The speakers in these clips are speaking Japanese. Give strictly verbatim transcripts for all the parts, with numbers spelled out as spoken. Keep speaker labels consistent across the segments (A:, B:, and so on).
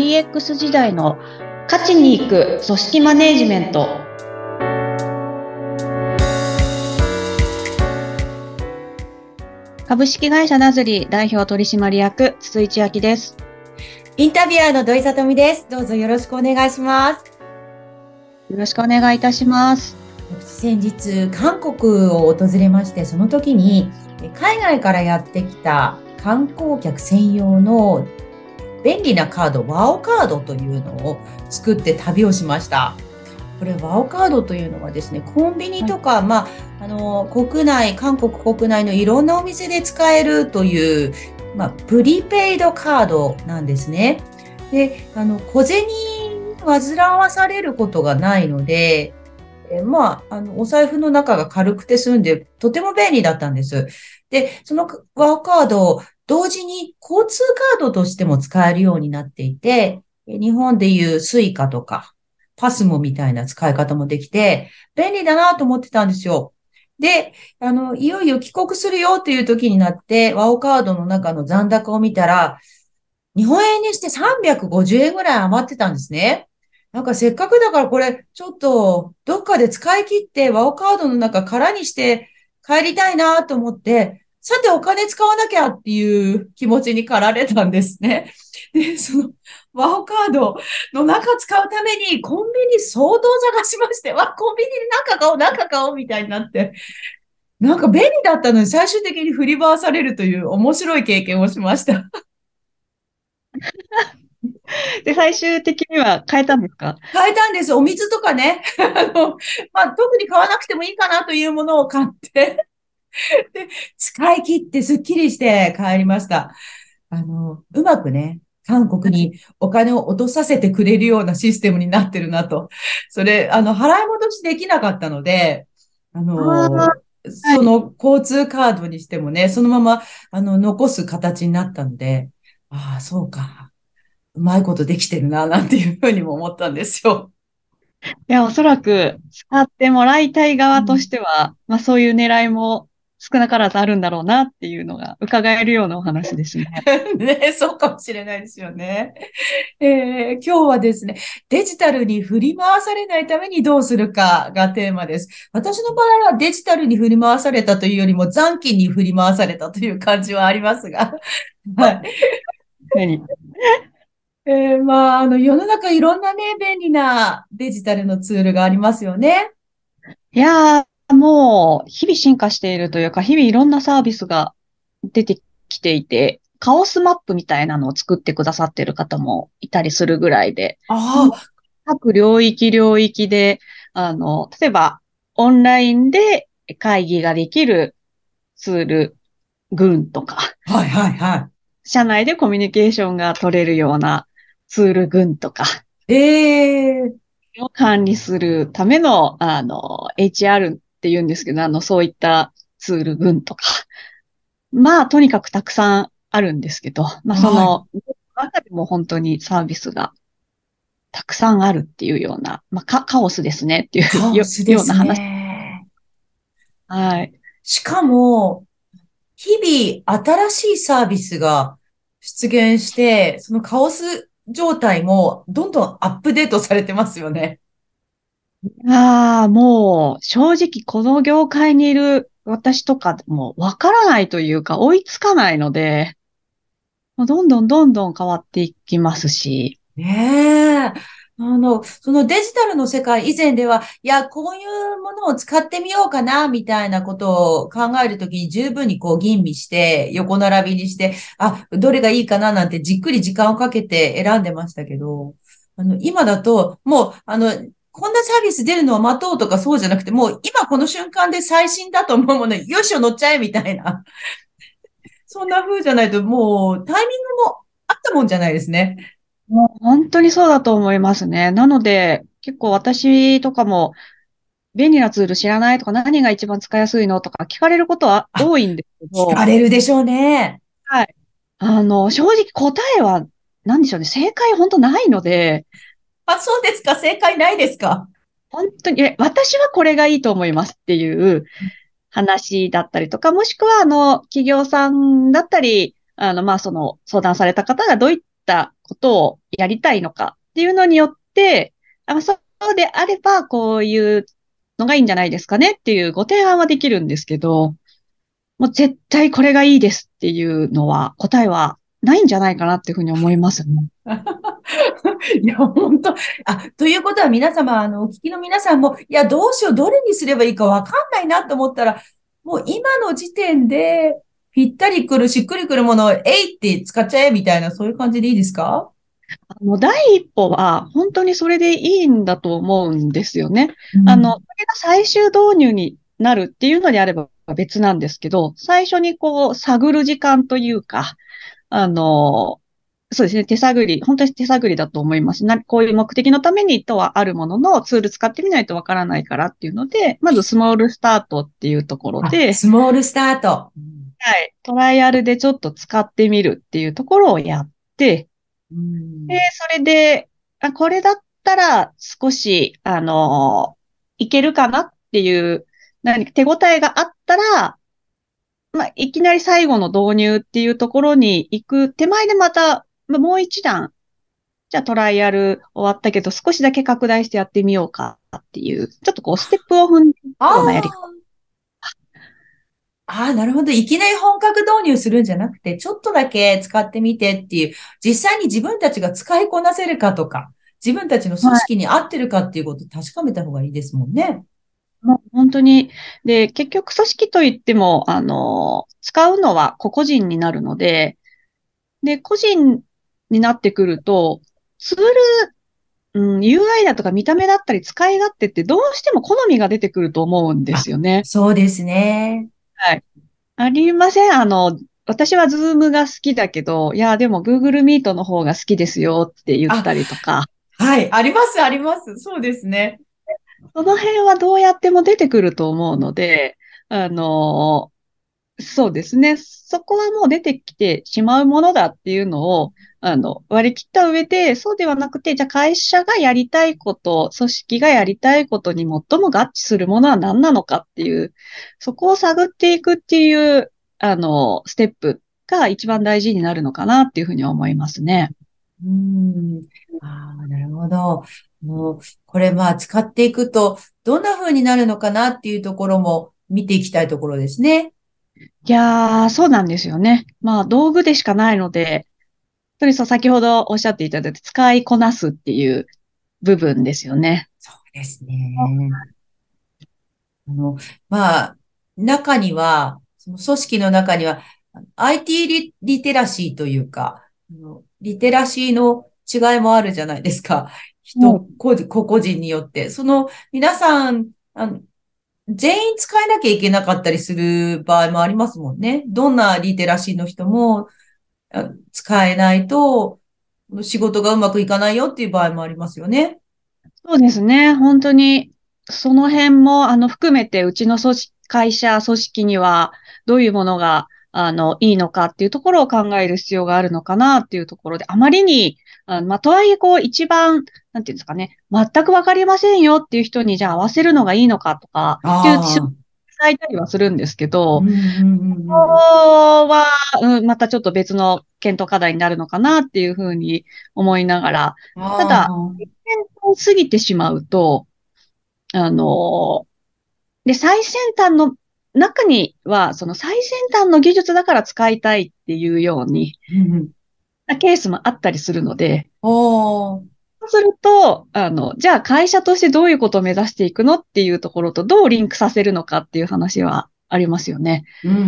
A: ィーエックス 時代の勝ちに行く組織マネジメント。株式会社ナズリ代表取締役筒井千秋です。
B: インタビュアーの土井さとみです。どうぞよろしくお願いします。
A: よろしくお願いいたします。
B: 先日韓国を訪れまして、その時に海外からやってきた観光客専用の便利なカード、ワオカードというのを作って旅をしました。これワオカードというのはですね、コンビニとか、はい、まあ、あの国内、韓国国内のいろんなお店で使えるという、まあ、プリペイドカードなんですね。で、あの小銭に煩わされることがないので、えまあ、あの、お財布の中が軽くて済んで、とても便利だったんです。で、そのワオカードを同時に交通カードとしても使えるようになっていて、日本でいうスイカとか、パスモみたいな使い方もできて、便利だなと思ってたんですよ。で、あの、いよいよ帰国するよという時になって、ワオカードの中の残高を見たら、日本円にしてさんびゃくごじゅうえんぐらい余ってたんですね。なんかせっかくだからこれ、ちょっと、どっかで使い切って、ワオカードの中空にして帰りたいなと思って、さてお金使わなきゃっていう気持ちに駆られたんですね。で、その、ワオカードの中使うために、コンビニ相当探しまして、わ、コンビニで中買おう、中買おうみたいになって、なんか便利だったのに最終的に振り回されるという面白い経験をしました。
A: で、最終的には変えたんですか？
B: 変えたんです。お水とかね。あの、まあ、特に買わなくてもいいかなというものを買ってで、使い切ってスッキリして帰りました。あの、うまくね、韓国にお金を落とさせてくれるようなシステムになってるなと。それ、あの、払い戻しできなかったので、あ
A: ああ、
B: の、
A: はい。
B: その交通カードにしてもね、そのまま、あの、残す形になったので、ああ、そうか。うまいことできてるな、なんていうふうにも思ったんですよ。
A: いや、おそらく使ってもらいたい側としては、まあそういう狙いも少なからずあるんだろうなっていうのが伺えるようなお話ですね。
B: ね、そうかもしれないですよね。えー今日はですね、デジタルに振り回されないためにどうするかがテーマです。私の場合はデジタルに振り回されたというよりも残金に振り回されたという感じはありますが。はい。
A: 何
B: えーまあ、あの、世の中いろんなね、便利なデジタルのツールがありますよね。
A: いやー、もう日々進化しているというか、日々いろんなサービスが出てきていて、カオスマップみたいなのを作ってくださっている方もいたりするぐらいで、もう
B: あ
A: 各領域領域で、あの、例えばオンラインで会議ができるツール群とか、
B: あ、はいはいは
A: 社内でコミュニケーションが取れるようなツール群とか
B: い。ええ
A: を管理するための、あの、エイチアール って言うんですけど、あの、そういったツール群とか、まあ、とにかくたくさんあるんですけど、まあ、そ
B: はい。
A: の、中でも本当にサービスがたくさんあるっていうような、まあ、カ、カオスですねっていう
B: カオ
A: よ、
B: スです
A: ような話。
B: ね。
A: はい。
B: しかも、日々新しいサービスが出現して、そのカオス状態もどんどんアップデートされてますよね。
A: ああ、もう、正直この業界にいる私とかもわからないというか追いつかないので、もうどんどんどんどん変わっていきますし、
B: ねえ。あの、そのデジタルの世界以前では、いや、こういうものを使ってみようかな、みたいなことを考えるときに十分にこう吟味して、横並びにして、あ、どれがいいかななんてじっくり時間をかけて選んでましたけど、あの、今だと、もう、あの、こんなサービス出るのを待とうとかそうじゃなくて、もう今この瞬間で最新だと思うもの、よしを乗っちゃえみたいな。そんな風じゃないと、もうタイミングもあったもんじゃないですね。
A: もう本当にそうだと思いますね。なので、結構私とかも便利なツール知らないとか何が一番使いやすいのとか聞かれることは
B: あ、
A: 多いんですけ
B: 聞か
A: ど、
B: れるでしょうね。
A: はい。あの、正直答えは、なんでしょうね。正解本当ないので、
B: あ、そうですか。正解ないですか？
A: 本当に、え、私はこれがいいと思いますっていう話だったりとか、もしくは、あの、企業さんだったり、あの、まあ、その、相談された方がどういったことをやりたいのかっていうのによって、あ、そうであれば、こういうのがいいんじゃないですかねっていうご提案はできるんですけど、もう絶対これがいいですっていうのは、答えはないんじゃないかなっていうふうに思いますね。
B: いや、本当。あ、ということは皆様、あの、お聞きの皆さんも、いや、どうしよう、どれにすればいいかわかんないなと思ったら、もう今の時点で、ぴったりくる、しっくりくるものを、えいって使っちゃえ、みたいな、そういう感じでいいですか？
A: あの、第一歩は本当にそれでいいんだと思うんですよね。あの、
B: うん。
A: それが最終導入になるっていうのであれば別なんですけど、最初にこう、探る時間というか、あの、そうですね、手探り、本当に手探りだと思います。な、こういう目的のためにとはあるものの、ツール使ってみないとわからないからっていうので、まずスモールスタートっていうところ
B: あ、
A: で、
B: スモールスタート。うん。
A: はい、トライアルでちょっと使ってみるっていうところをやって、
B: う
A: で、
B: ん。
A: それで、あ、これだったら少し、あの、いけるかなっていう、何か手応えがあったら、まあ、いきなり最後の導入っていうところに行く手前でまた、まあ、もう一段、じゃあトライアル終わったけど少しだけ拡大してやってみようかっていう、ちょっとこうステップを踏んでい
B: あ
A: くようなやり方。
B: あ。ああ、なるほど。いきなり本格導入するんじゃなくて、ちょっとだけ使ってみてっていう、実際に自分たちが使いこなせるかとか、自分たちの組
A: はい。
B: 織に合ってるかっていうことを確かめた方がいいですもんね。
A: もう本当に。で、結局組織といっても、あの、使うのは個々人になるので、で、個人になってくると、ツール、うん、ユーアイ だとか見た目だったり使い勝手ってどうしても好みが出てくると思うんで
B: あ、
A: すよね。
B: そうですね。
A: はい。ありません。あの、私はズームが好きだけど、いや、でも Google Meet の方が好きですよって言っ
B: あ、
A: たりとか、
B: はい。あります、あります。そうですね。
A: その辺はどうやっても出てくると思うので、あの、そうですね。そこはもう出てきてしまうものだっていうのを、あの、割り切った上で、そうではなくて、じゃあ会社がやりたいこと、組織がやりたいことに最も合致するものは何なのかっていう、そこを探っていくっていう、あの、ステップが一番大事になるのかなっていうふうに思いますね。
B: うーん。ああ、なるほど。もう、これまあ使っていくと、どんな風になるのかなっていうところも見ていきたいところですね。
A: いやー、そうなんですよね。まあ、道具でしかないので、とりそう、先ほどおっしゃっていただいた使いこなすっていう部分ですよね。
B: そうですね。あの、まあ、中には、その組織の中には、アイティー リ、リテラシーというか、あのリテラシーの違いもあるじゃないですか。人、
A: も
B: 個人、個々人によって。その、皆さん、あの、全員使えなきゃいけなかったりする場合もありますもんね。どんなリテラシーの人もあ使えないと、仕事がうまくいかないよっていう場合もありますよね。
A: そうですね。本当に、その辺も、あの、含めて、うちの組織、会社、組織には、どういうものが、あの、いいのかっていうところを考える必要があるのかなっていうところで、あまりに、あまあ、とはいえ、こう、一番、なんていうんですかね、全くわかりませんよっていう人に、じゃあ合わせるのがいいのかとか、っていう、
B: ああ、
A: 伝えたりはするんですけ
B: うん、
A: ど、
B: うん、うん、うん。
A: ここは、うん、またちょっと別の検討課題になるのかなっていうふうに思いながら、た
B: あ
A: だ、一
B: あ、
A: 点を過ぎてしまうと、あの、で、最先端の中には、その最先端の技術だから使いたいっていうように、
B: うん、うん。
A: なケースもあったりするので、
B: おー、
A: そうすると、あの、じゃあ会社としてどういうことを目指していくのっていうところとどうリンクさせるのかっていう話はありますよね。
B: うん、うん、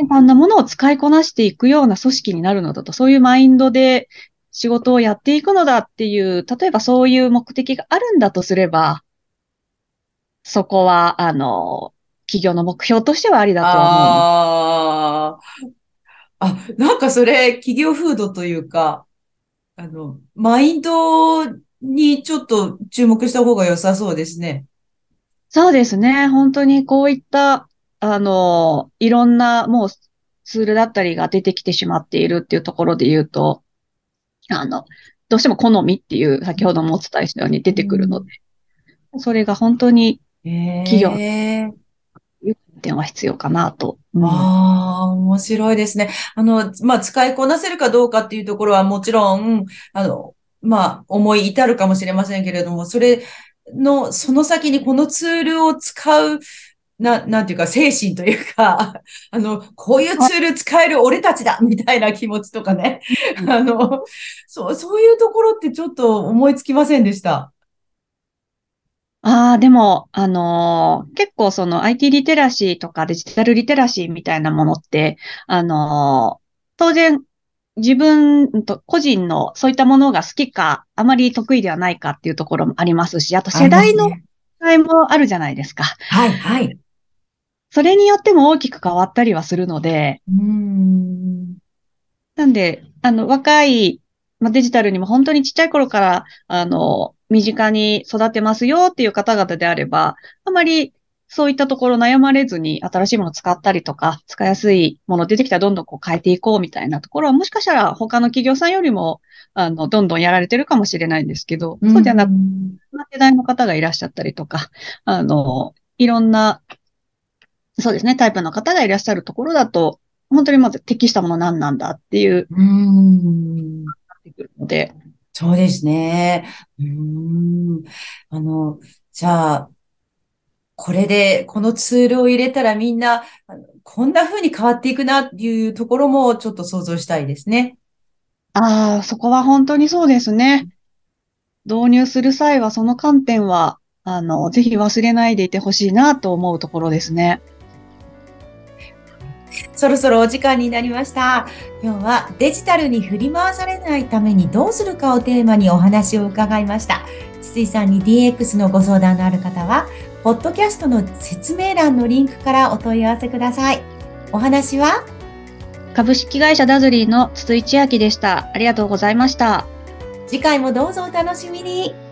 A: 簡単なものを使いこなしていくような組織になるのだと、そういうマインドで仕事をやっていくのだっていう、例えばそういう目的があるんだとすれば、そこは、あの、企業の目標としてはありだとは思うの。
B: ああ、あ、なんかそれ、企業風土というか、あの、マインドにちょっと注目した方が良さそうですね。
A: そうですね。本当にこういった、あの、いろんなもうツールだったりが出てきてしまっているっていうところで言うと、あの、どうしても好みっていう先ほどもお伝えしたように出
B: う
A: てくるので、
B: ん、
A: それが本当に企業
B: ええ、
A: いう点は必要かなと。うん。
B: ああ、面白いですね。あの、まあ、使いこなせるかどうかっていうところはもちろん、あの、まあ、思い至るかもしれませんけれども、それの、その先にこのツールを使う、な、なんていうか、精神というか、あの、こういう
A: あ、
B: ツール使える俺たちだみたいな気持ちとかね。
A: うん。
B: あの、そう、そういうところってちょっと思いつきませんでした。
A: ああ、でも、あのー結構その アイティー リテラシーとかデジタルリテラシーみたいなものって、あのー当然自分と個人のそういったものが好きか、あまり得意ではないかっていうところもありますし、あと
B: あり
A: 世代の
B: ますね。
A: 違いもあるじゃないですか。
B: はい、はい。
A: それによっても大きく変わったりはするので、
B: うーん。
A: なんで、あの、若い、まあ、デジタルにも本当にちっちゃい頃から、あの、身近に育てますよっていう方々であれば、あまりそういったところ悩まれずに新しいものを使ったりとか、使いやすいもの出てきたらどんどんこう変えていこうみたいなところは、もしかしたら他の企業さんよりも、あの、どんどんやられてるかもしれないんですけど、
B: うー
A: そうじゃなく、
B: ん。
A: 世代の方がいらっしゃったりとか、あの、いろんなそうですね。タイプの方がいらっしゃるところだと、本当にまず適したもの何なんだっていう
B: うーん。
A: ってくるので、
B: そうですね。うーん。あの、じゃあ、これで、このツールを入れたらみんな、あのこんな風に変わっていくなっていうところもちょっと想像したいですね。
A: ああ、そこは本当にそうですね。導入する際はその観点は、あの、ぜひ忘れないでいてほしいなと思うところですね。
B: そろそろお時間になりました。今日はデジタルに振り回されないためにどうするかをテーマにお話を伺いました。筒井さんに ディーエックス のご相談のある方は、ポッドキャストの説明欄のリンクからお問い合わせください。お話は
A: 株式会社ダズリーの筒井千明でした。ありがとうございました。
B: 次回もどうぞお楽しみに。